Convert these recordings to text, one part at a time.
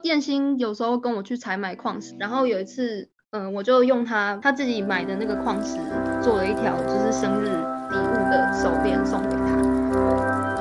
燕心有时候跟我去采买矿石，然后有一次，我就用他自己买的那个矿石做了一条就是生日礼物的手链送给他。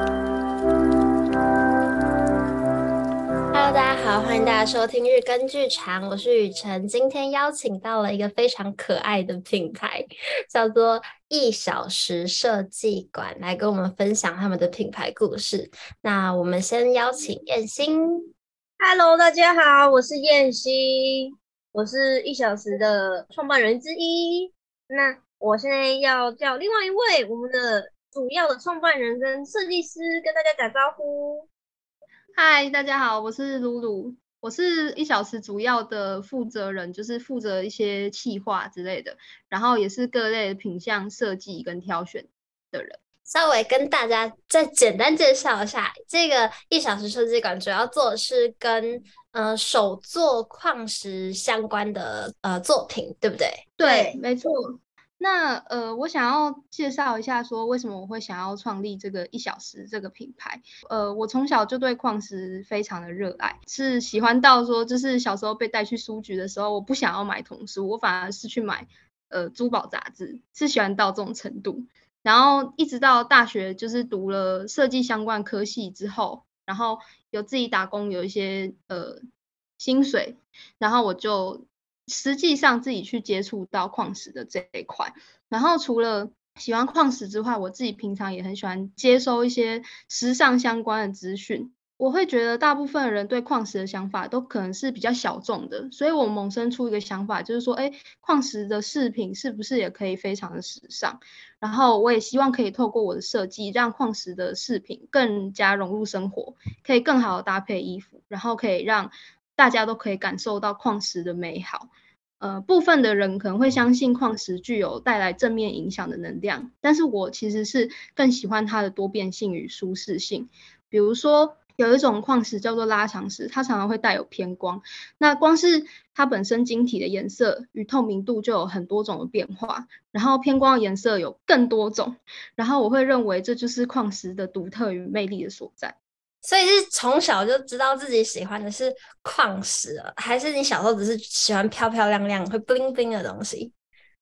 Hello，大家好，欢迎大家收听日更剧场，我是雨辰。今天邀请到了一个非常可爱的品牌，叫做1小时设计馆，来跟我们分享他们的品牌故事。那我们先邀请燕心。 Hello，大家好，我是燕西，我是1小时的创办人之一。那我现在要叫另外一位我们的主要的创办人跟设计师跟大家打招呼。 嗨，大家好，我是露露，我是1小时主要的负责人，就是负责一些企划之类的，然后也是各类的品项设计跟挑选的人。 稍微跟大家再简单介绍一下，这个1小时设计馆主要做的是跟手作矿石相关的作品，对不对？ 对，没错。那我想要介绍一下，说为什么我会想要创立这个1小时这个品牌。我从小就对矿石非常的热爱，是喜欢到说，就是小时候被带去书局的时候，我不想要买童书，我反而是去买珠宝杂志，是喜欢到这种程度。然后一直到大学，就是读了设计相关科系之后，然后有自己打工，有一些薪水，然后我就实际上自己去接触到矿石的这一块。然后除了喜欢矿石之外，我自己平常也很喜欢接收一些时尚相关的资讯。我会觉得大部分人对矿石的想法都可能是比较小众的，所以我萌生出一个想法，就是说，矿石的饰品是不是也可以非常的时尚？然后我也希望可以透过我的设计，让矿石的饰品更加融入生活，可以更好的搭配衣服，然后可以让大家都可以感受到矿石的美好。部分的人可能会相信矿石具有带来正面影响的能量，但是我其实是更喜欢它的多变性与舒适性。比如说，有一种矿石叫做拉长石，它常常会带有偏光。那光是它本身晶体的颜色与透明度就有很多种的变化，然后偏光的颜色有更多种，然后我会认为这就是矿石的独特与魅力的所在。 所以是从小就知道自己喜欢的是矿石了，还是你小时候只是喜欢漂漂亮亮、会 bling bling 的东西？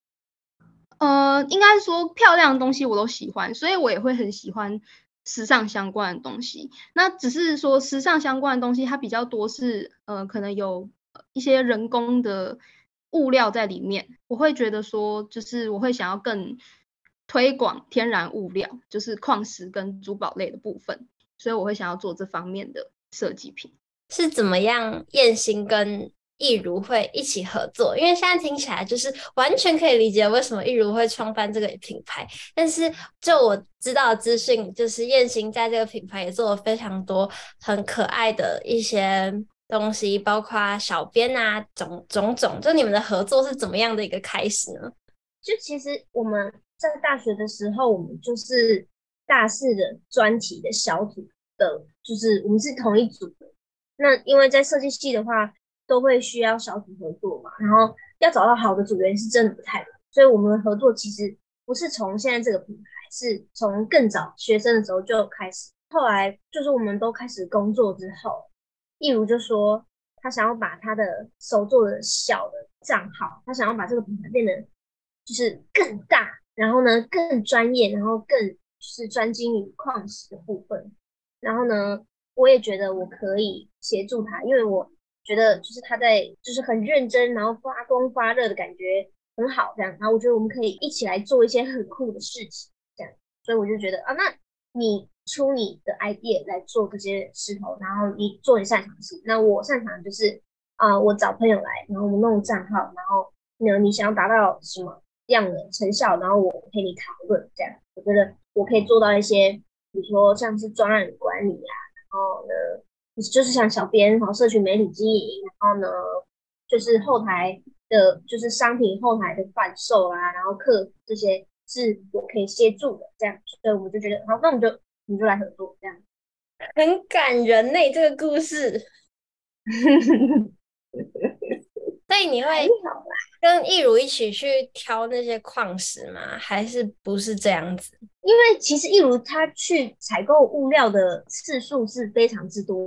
应该说漂亮的东西我都喜欢，所以我也会很喜欢时尚相关的东西。那只是说时尚相关的东西，它比较多是可能有一些人工的物料在里面。我会觉得说，就是我会想要更推广天然物料，就是矿石跟珠宝类的部分，所以我会想要做这方面的设计品。 是怎么样燕心跟易如会一起合作？因为现在听起来就是完全可以理解为什么易如会创办这个品牌，但是就我知道的资讯，就是燕心在这个品牌也做了非常多很可爱的一些东西，包括小编啊，种种，就你们的合作是怎么样的一个开始呢？ 就其实我们在大学的时候，我们就是大四的专题的小组的，就是我们是同一组的。那因为在设计系的话，都会需要小组合作嘛，然后要找到好的组员是真的不太容易，所以我们的合作其实不是从现在这个品牌，是从更早学生的时候就开始。后来就是我们都开始工作之后，例如就说他想要把他的手做的小的账号，他想要把这个品牌变得就是更大，然后呢更专业，然后更就是专精于矿石的部分。然后呢，我也觉得我可以协助他，因为我觉得就是他在就是很认真，然后发光发热的感觉很好，这样。然后我觉得我们可以一起来做一些很酷的事情，这样。所以我就觉得啊，那你出你的 idea 来做这些石头，然后你做你擅长的事，那我擅长的就是我找朋友来，然后我们弄账号，然后你想要达到什么样的成效，然后我陪你讨论，这样。我觉得我可以做到一些，比如说像是专案管理啊，然后呢，就是像小编，然后社群媒体经营，然后呢，就是后台的，就是商品后台的贩售啊，然后客服这些是我可以协助的，这样，所以我们就觉得好，那我们就来合作，这样。 很感人呢，这个故事。所以你还会好啦， 跟易如一起去挑那些矿石吗？还是不是这样子？ 因为其实一如他去采购物料的次数是非常之多啦，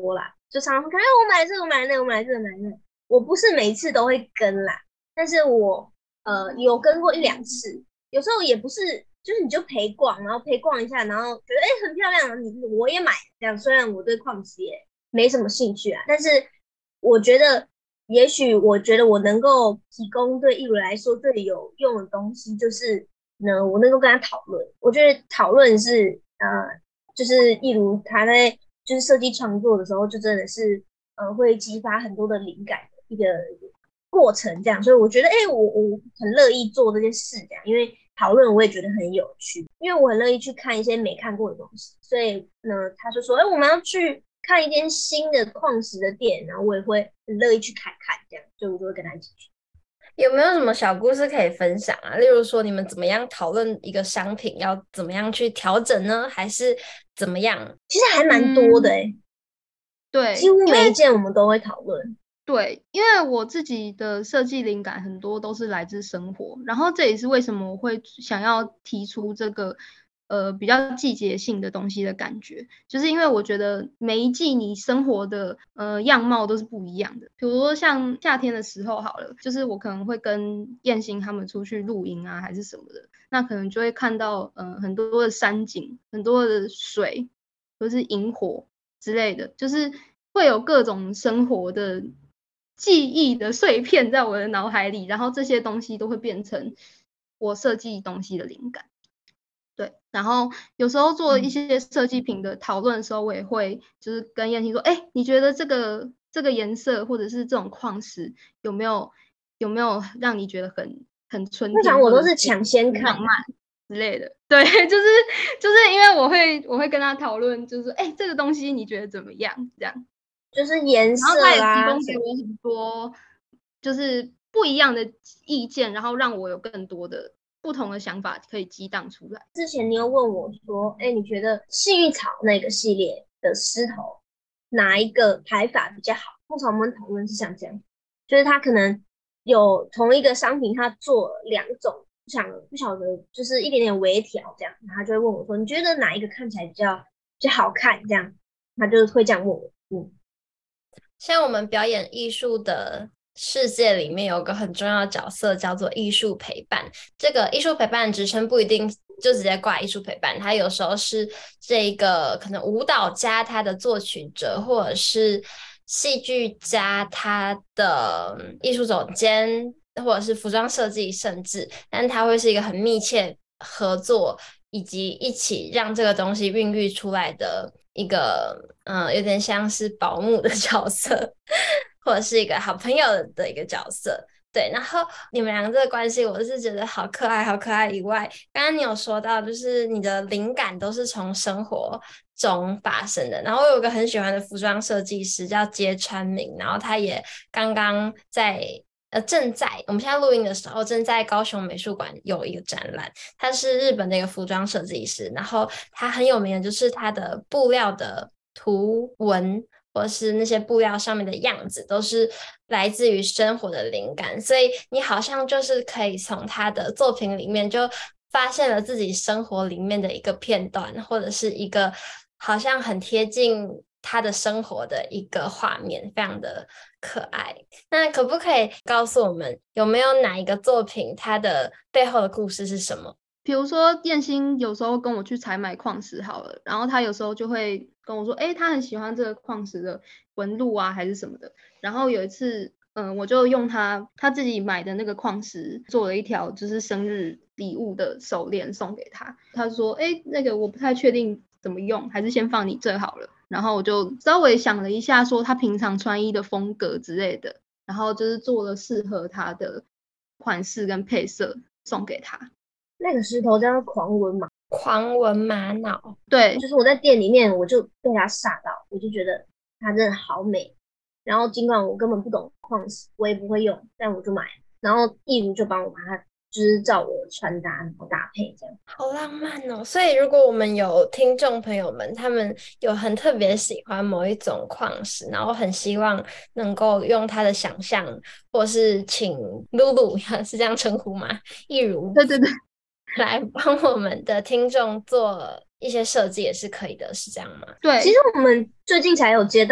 就常常会看，哎，我买这个，我买那个，我买这个，买那个。我不是每一次都会跟啦，但是我有跟过1-2次，有时候也不是，就是你就陪逛，然后陪逛一下，然后觉得哎很漂亮，我也买这样。虽然我对矿石也没什么兴趣啊，但是我觉得，也许我觉得我能够提供对艺如来说最有用的东西，就是呢，我能够跟他讨论。我觉得讨论是就是艺如他在就是设计创作的时候，就真的是会激发很多的灵感的一个过程，这样。所以我觉得，哎，我很乐意做这件事，这样，因为讨论我也觉得很有趣，因为我很乐意去看一些没看过的东西。所以呢，他就说，哎，我们要去看一间新的矿石的店，然后我也会很乐意去看看，这样，所以我就会跟他一起去。 有没有什么小故事可以分享啊？例如说，你们怎么样讨论一个商品，要怎么样去调整呢？还是怎么样？ 其实还蛮多的对， 几乎每一件我们都会讨论。 对，因为我自己的设计灵感很多都是来自生活，然后这也是为什么我会想要提出这个比较季节性的东西的感觉，就是因为我觉得每一季你生活的样貌都是不一样的。比如说像夏天的时候好了，就是我可能会跟燕兴他们出去露营啊，还是什么的，那可能就会看到很多的山景，很多的水，或是萤火之类的，就是会有各种生活的记忆的碎片在我的脑海里，然后这些东西都会变成我设计东西的灵感。对，然后有时候做一些设计品的讨论的时候，我也会就是跟燕婷说，哎，你觉得这个颜色或者是这种矿石有没有让你觉得很春天？ 通常我都是抢先看浪漫之类的。对，就是因为我会跟他讨论，就是说，哎，这个东西你觉得怎么样？这样。 就是颜色然后他也提啊， 供给我很多就是不一样的意见，然后让我有更多的不同的想法可以激荡出来。 之前你又问我说，哎，你觉得幸运草那个系列的狮头哪一个排法比较好？通常我们讨论是像这样，就是他可能有同一个商品，他做了2种，不晓得就是一点点微调这样，他就会问我说，你觉得哪一个看起来比较好看？这样，他就会这样问我。 像我们表演艺术的世界里面有个很重要的角色叫做艺术陪伴，这个艺术陪伴的职称不一定就直接挂艺术陪伴，它有时候是这个可能舞蹈家他的作曲者，或者是戏剧家他的艺术总监，或者是服装设计，甚至但它会是一个很密切合作以及一起让这个东西孕育出来的一个有点像是保姆的角色，或者是一个好朋友的一个角色。对，然后你们两个这个关系，我是觉得好可爱，好可爱。以外，刚刚你有说到，就是你的灵感都是从生活中发生的。然后我有个很喜欢的服装设计师叫揭川明，然后他也刚刚在正在我们现在录音的时候，正在高雄美术馆有一个展览。他是日本的一个服装设计师，然后他很有名的就是他的布料的图文，或是那些布料上面的样子，都是来自于生活的灵感。所以你好像就是可以从他的作品里面就发现了自己生活里面的一个片段，或者是一个好像很贴近他的生活的一个画面，非常的可爱。那可不可以告诉我们，有没有哪一个作品它的背后的故事是什么？ 比如说燕兴有时候跟我去采买矿石好了，然后他有时候就会跟我说，哎，他很喜欢这个矿石的纹路啊，还是什么的。然后有一次，我就用他自己买的那个矿石做了一条就是生日礼物的手链送给他。他说，哎，那个我不太确定怎么用，还是先放你这好了。然后我就稍微想了一下，说他平常穿衣的风格之类的，然后就是做了适合他的款式跟配色送给他。 那个石头叫做狂纹嘛， 狂纹玛瑙。 对， 就是我在店里面我就被它吓到，我就觉得它真的好美。然后尽管我根本不懂矿石，我也不会用，但我就买，然后艺如就帮我把它就是照我的穿搭然后搭配这样。 好浪漫哦！所以如果我们有听众朋友们，他们有很特别喜欢某一种矿石，然后很希望能够用他的想象，或是请露露是这样称呼吗？艺如对对对， 来帮我们的听众做一些设计也是可以的，是这样吗？ 对， 其实我们最近才有接到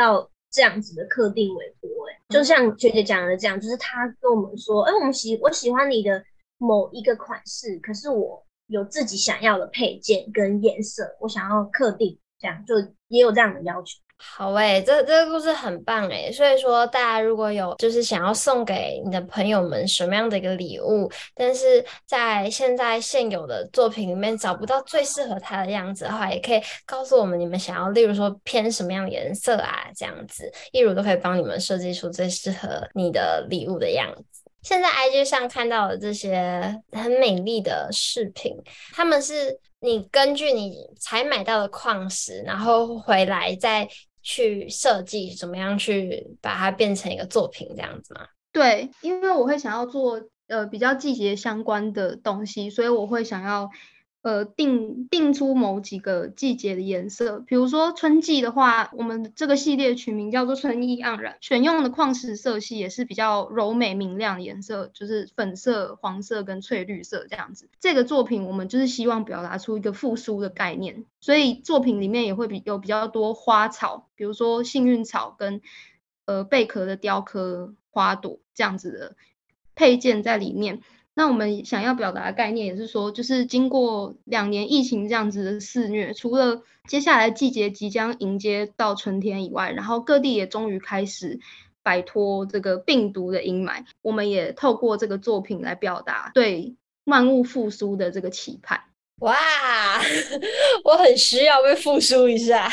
这样子的课定为多。就像学姐讲的这样，就是她跟我们说，我喜欢你的某一个款式，可是我有自己想要的配件跟颜色，我想要客定，这样就也有这样的要求。 好诶，这个故事很棒诶，所以说大家如果有就是想要送给你的朋友们什么样的一个礼物，但是在现有的作品里面找不到最适合他的样子的话，也可以告诉我们你们想要，例如说偏什么样的颜色啊，这样子，一如都可以帮你们设计出最适合你的礼物的样子。现在 IG 上看到的这些很美丽的饰品，他们是你根据你才买到的矿石，然后回来再去设计怎么样去把它变成一个作品这样子吗？ 对，因为我会想要做比较季节相关的东西，所以我会想要定出某几个季节的颜色。比如说春季的话，我们这个系列取名叫做春意盎然，选用的矿石色系也是比较柔美明亮的颜色，就是粉色、黄色跟翠绿色这样子。这个作品我们就是希望表达出一个复苏的概念，所以作品里面也会有比较多花草，比如说幸运草跟贝壳的雕刻花朵这样子的配件在里面。那我们想要表达的概念也是说，就是经过2年疫情这样子的肆虐，除了接下来季节即将迎接到春天以外，然后各地也终于开始摆脱这个病毒的阴霾，我们也透过这个作品来表达对万物复苏的这个期盼。 哇，我很需要被复苏一下。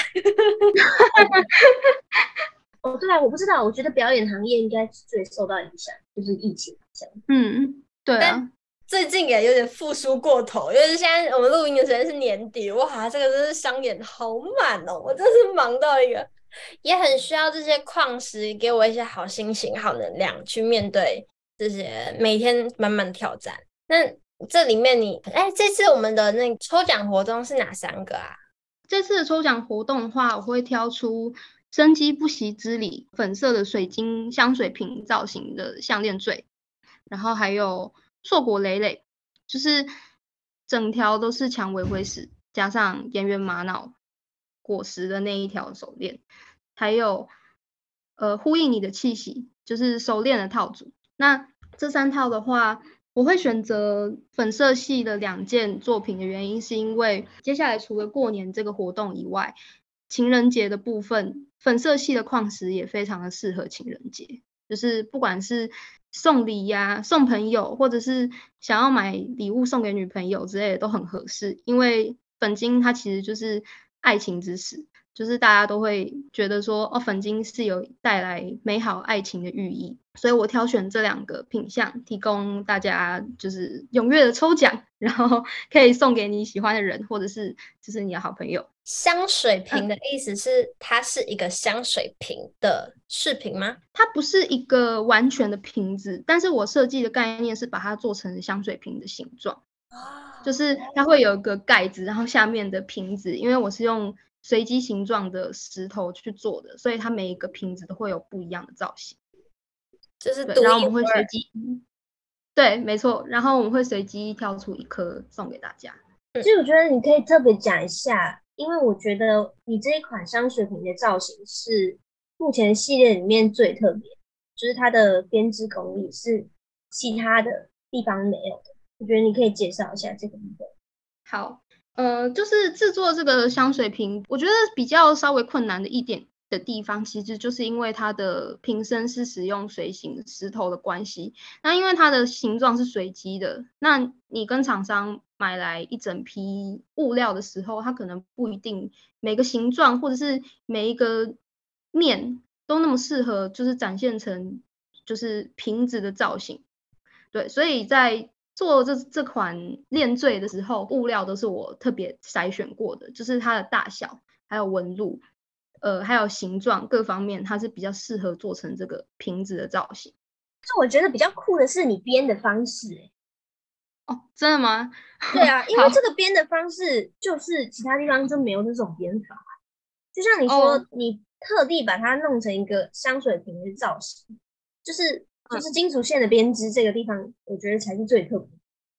哦，对啊，我不知道，我觉得表演行业应该是最受到影响，就是疫情影响。 对啊， 最近也有点复苏过头，因为现在我们录音的时间是年底，哇，这个真是商演好满哦，我真是忙到一个，也很需要这些矿石给我一些好心情、好能量去面对这些每天满满挑战。那这里面这次我们的那个抽奖活动是哪3个啊？ 这次的抽奖活动的话，我会挑出生机不息之理粉色的水晶香水瓶造型的项链坠，然后还有硕果累累，就是整条都是蔷薇灰石加上岩原玛瑙果实的那一条手链，还有呼应你的气息，就是手链的套组。那这3套的话，我会选择粉色系的2件作品的原因，是因为接下来除了过年这个活动以外，情人节的部分，粉色系的矿石也非常的适合情人节，就是不管是送礼呀、送朋友，或者是想要买礼物送给女朋友之类的，都很合适。因为粉晶它其实就是爱情之石，就是大家都会觉得说，哦，粉晶是有带来美好爱情的寓意，所以我挑选这2个品项，提供大家就是踊跃的抽奖，然后可以送给你喜欢的人，或者是就是你的好朋友。 香水瓶的意思是它是一个香水瓶的饰品吗？ 它不是一个完全的瓶子，但是我设计的概念是把它做成香水瓶的形状，就是它会有一个盖子，然后下面的瓶子，因为我是用随机形状的石头去做的，所以它每一个瓶子都会有不一样的造型， 就是然后我们会随机，对，没错，然后我们会随机挑出1颗送给大家。 其实我觉得你可以特别讲一下，因为我觉得你这一款香水瓶的造型是目前系列里面最特别，就是它的编织工艺是其他的地方没有的。我觉得你可以介绍一下这个部分。 好，就是制作这个香水瓶，我觉得比较稍微困难的一点的地方，其实就是因为它的瓶身是使用水形石头的关系。那因为它的形状是随机的，那你跟厂商买来一整批物料的时候，它可能不一定每个形状或者是每一个面都那么适合，就是展现成就是瓶子的造型。对，所以在做这款链坠的时候，物料都是我特别筛选过的，就是它的大小，还有纹路，还有形状各方面，它是比较适合做成这个瓶子的造型。 就我觉得比较酷的是你编的方式， 哦，真的吗？ 对啊，因为这个编的方式就是其他地方就没有这种编法，就像你说，你特地把它弄成一个香水瓶的造型，就是金属线的编织这个地方，我觉得才是最特别。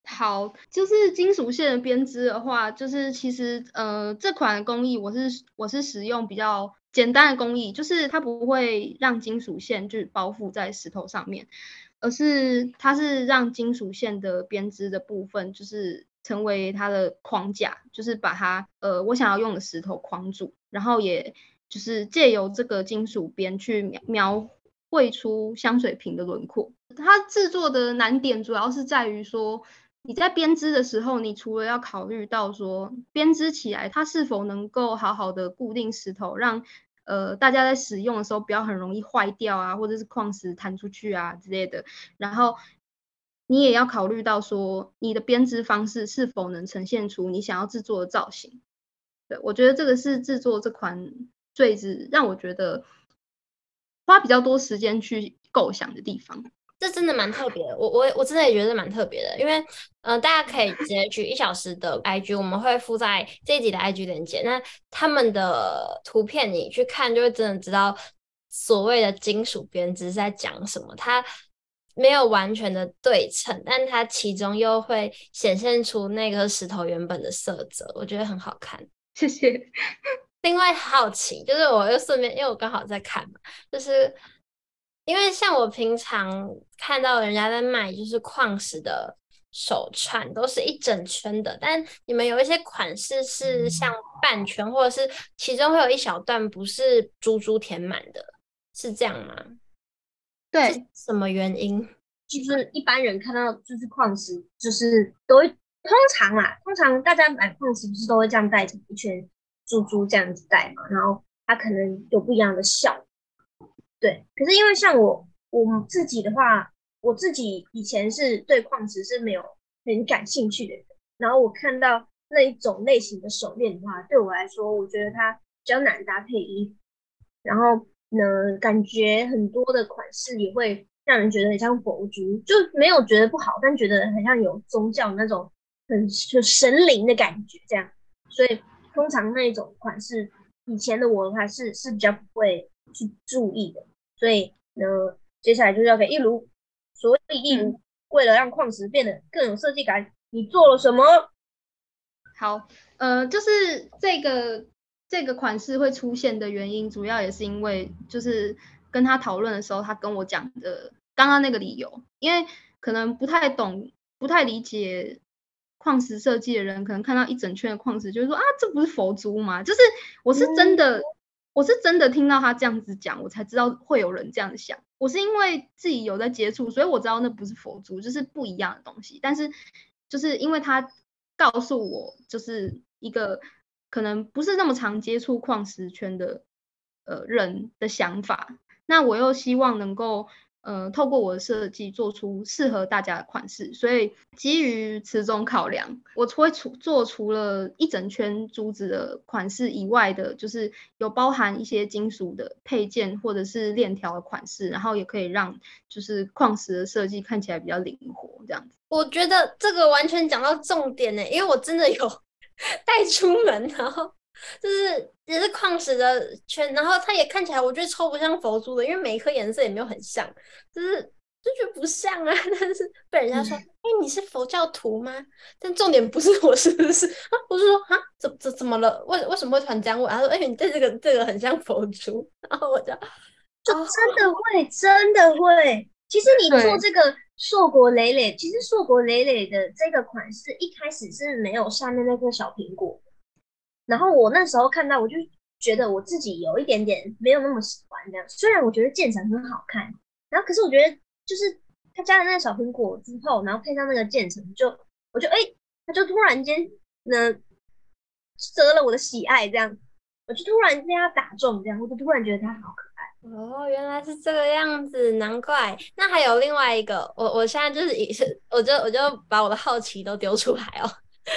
好，就是金属线的编织的话，就是其实这款工艺我是使用比较简单的工艺，就是它不会让金属线就包覆在石头上面，而是它是让金属线的编织的部分就是成为它的框架，就是把它我想要用的石头框住，然后也就是借由这个金属边去描绘出香水瓶的轮廓。它制作的难点主要是在于说，你在编织的时候，你除了要考虑到说编织起来它是否能够好好的固定石头，让大家在使用的时候不要很容易坏掉啊，或者是矿石弹出去啊之类的。然后你也要考虑到说，你的编织方式是否能呈现出你想要制作的造型。对，我觉得这个是制作这款坠子让我觉得花比较多时间去构想的地方。 这真的蛮特别的，我真的也觉得蛮特别的，因为大家可以直接去1小时的 IG，我们会附在这一集的 IG 链接。那他们的图片你去看，就会真的知道所谓的金属编织是在讲什么。它没有完全的对称，但它其中又会显现出那个石头原本的色泽，我觉得很好看。 谢谢。 另外好奇就是我又顺便，因为我刚好在看嘛，就是因为像我平常看到人家在卖就是矿石的手串，都是一整圈的，但你们有一些款式是像半圈，或者是其中会有一小段不是珠珠填满的，是这样吗？ 对， 什么原因？ 就是一般人看到就是矿石，就是都会通常大家买矿石不是都会这样戴成一圈珠珠这样子戴嘛，然后它可能有不一样的效果。对，可是因为像我自己的话，我自己以前是对矿石是没有很感兴趣的人，然后我看到那一种类型的手链的话，对我来说，我觉得它比较难搭配衣服，然后呢，感觉很多的款式也会让人觉得很像佛珠，就没有觉得不好，但觉得很像有宗教那种就神灵的感觉这样，所以通常那一种款式，以前的我还是比较不会去注意的，所以呢，接下来就是要给一如，所以一如为了让矿石变得更有设计感，你做了什么？ 好，就是这个款式会出现的原因，主要也是因为就是跟他讨论的时候，他跟我讲的刚刚那个理由，因为可能不太懂、不太理解矿石设计的人，可能看到一整圈的矿石，就会说啊，这不是佛珠吗？就是我是真的听到他这样子讲，我才知道会有人这样想。我是因为自己有在接触，所以我知道那不是佛珠，就是不一样的东西。但是就是因为他告诉我，就是一个可能不是那么常接触矿石圈的人的想法，那我又希望能够透过我的设计做出适合大家的款式，所以基于此种考量，我会做除了一整圈珠子的款式以外的，就是有包含一些金属的配件或者是链条的款式，然后也可以让就是矿石的设计看起来比较灵活这样子。 我觉得这个完全讲到重点呢，因为我真的有带出门，然后就是也是矿石的圈，然后它也看起来我觉得超不像佛珠的，因为每一颗颜色也没有很像，就觉得不像啊。但是被人家说，你是佛教徒吗？但重点不是我是不是啊？我就说啊，怎么了？为什么会传这样问？他说，你这个很像佛珠，然后我就真的会，真的会。其实你做这个硕果累累，其实硕果累累的这个款式一开始是没有下面那颗小苹果，然后我那时候看到，我就觉得我自己有一点点没有那么喜欢这样。虽然我觉得渐层很好看，然后可是我觉得就是他加了那个小苹果之后，然后配上那个渐层，我就他就突然间呢折了我的喜爱，这样我就突然被他打中，这样我就突然觉得他好可爱。 哦，原来是这个样子，难怪。那还有另外一个，我现在就是我就把我的好奇都丢出来哦。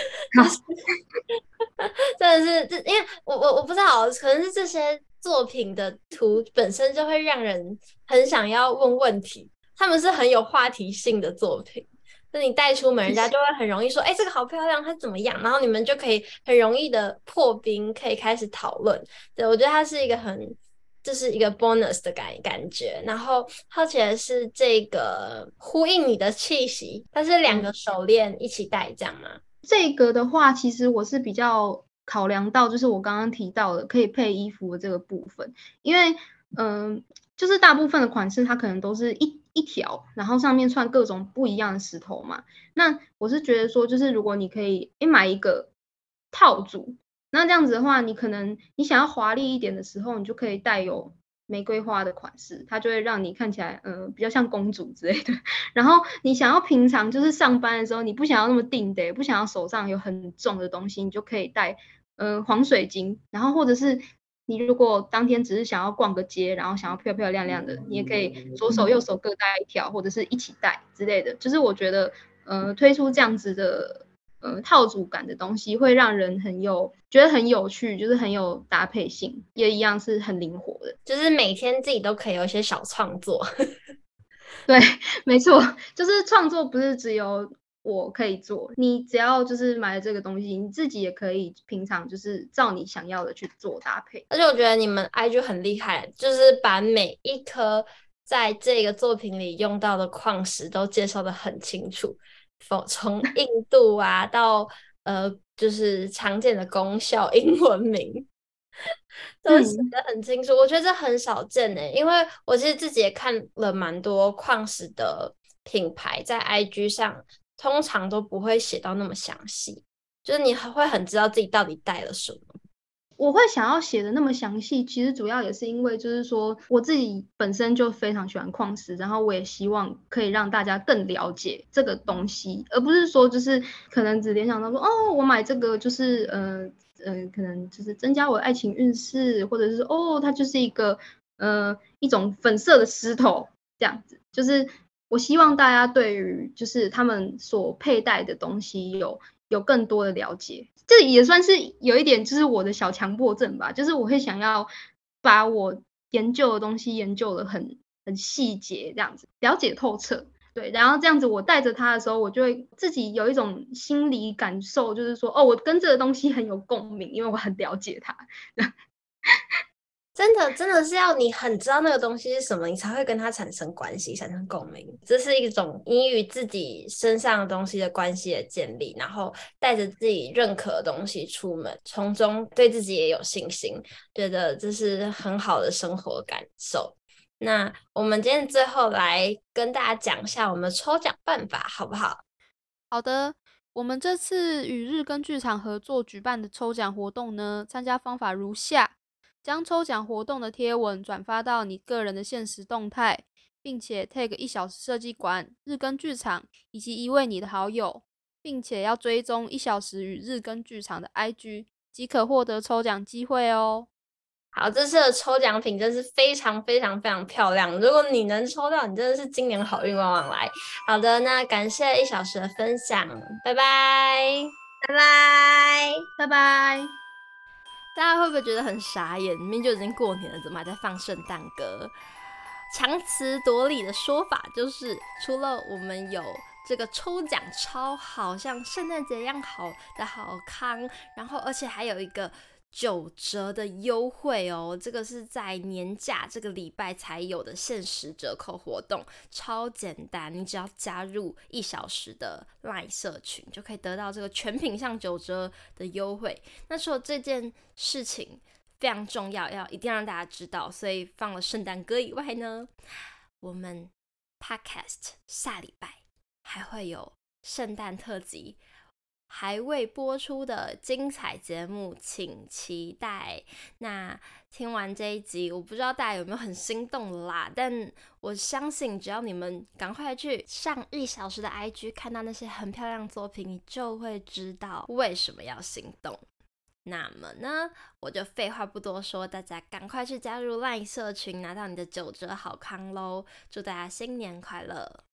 真的是，因为我不知道，可能是这些作品的图本身就会让人很想要问问题，他们是很有话题性的作品。那你带出门，人家就会很容易说，这个好漂亮，它怎么样？然后你们就可以很容易的破冰，可以开始讨论。对，我觉得它是一个很这是一个 bonus 的感觉。然后好奇的是这个呼应你的气息，它是2个手链一起戴这样吗？ 这个的话，其实我是比较考量到，就是我刚刚提到的可以配衣服的这个部分，因为就是大部分的款式它可能都是一条，然后上面串各种不一样的石头嘛。那我是觉得说，就是如果你可以买一个套组，那这样子的话，你可能你想要华丽一点的时候，你就可以带有玫瑰花的款式，它就会让你看起来比较像公主之类的。然后你想要平常就是上班的时候，你不想要那么定的，不想要手上有很重的东西，你就可以带黄水晶，然后或者是你如果当天只是想要逛个街，然后想要漂漂亮亮的，你也可以左手右手各带一条，或者是一起带之类的。就是我觉得推出这样子的套组感的东西，会让人觉得很有趣，就是很有搭配性，也一样是很灵活的。 就是每天自己都可以有一些小创作。 对，没错，就是创作不是只有我可以做，你只要就是买了这个东西，你自己也可以平常就是照你想要的去做搭配。 而且我觉得你们 IG 很厉害，就是把每一颗在这个作品里用到的矿石都介绍得很清楚，从硬度啊到就是常见的功效、英文名都写得很清楚。我觉得这很少见诶，因为我其实自己也看了蛮多矿石的品牌，在 IG 上通常都不会写到那么详细，就是你会很知道自己到底带了什么。 我会想要写的那么详细，其实主要也是因为就是说我自己本身就非常喜欢矿石，然后我也希望可以让大家更了解这个东西，而不是说就是可能只联想到说哦，我买这个就是可能就是增加我的爱情运势，或者是哦，它就是一种粉色的石头这样子，就是我希望大家对于就是他们所佩戴的东西有更多的了解。这也算是有一点就是我的小强迫症吧，就是我会想要把我研究的东西研究的很细节，这样子了解透彻。对，然后这样子我带着它的时候，我就会自己有一种心理感受，就是说哦，我跟这个东西很有共鸣，因为我很了解它。 真的是要你很知道那个东西是什么，你才会跟它产生关系，产生共鸣。这是一种你与自己身上的东西的关系的建立，然后带着自己认可的东西出门，从中对自己也有信心，觉得这是很好的生活感受。那我们今天最后来跟大家讲一下我们的抽奖办法，好不好？ 好的，我们这次与日根剧场合作举办的抽奖活动呢，参加方法如下：将抽奖活动的贴文转发到你个人的限时动态，并且 tag 1小时设计馆、日根剧场以及1位你的好友，并且要追踪1小时与日根剧场的 IG，即可获得抽奖机会哦。 好，这次的抽奖品真是非常非常非常漂亮，如果你能抽到，你真的是今年好运旺旺来。好的，那感谢1小时的分享，拜拜， 拜拜， 拜拜。 大家会不会觉得很傻眼？明明就已经过年了，怎么还在放圣诞歌？强词夺理的说法就是，除了我们有这个抽奖超好，像圣诞节一样好的好康，然后而且还有一个9折的优惠哦，这个是在年假这个礼拜才有的限时折扣活动，超简单，你只要加入1小时的 LINE 社群，就可以得到这个全品项9折的优惠。那除了这件事情非常重要，一定要让大家知道，所以放了圣诞歌以外呢，我们 Podcast 下礼拜还会有圣诞特辑。还未播出的精彩节目，请期待。那听完这一集，我不知道大家有没有很心动啦，但我相信只要你们赶快去上1小时的 IG， 看到那些很漂亮的作品，你就会知道为什么要心动。那么呢，我就废话不多说，大家赶快去加入 LINE 社群，拿到你的9折好康咯！祝大家新年快乐！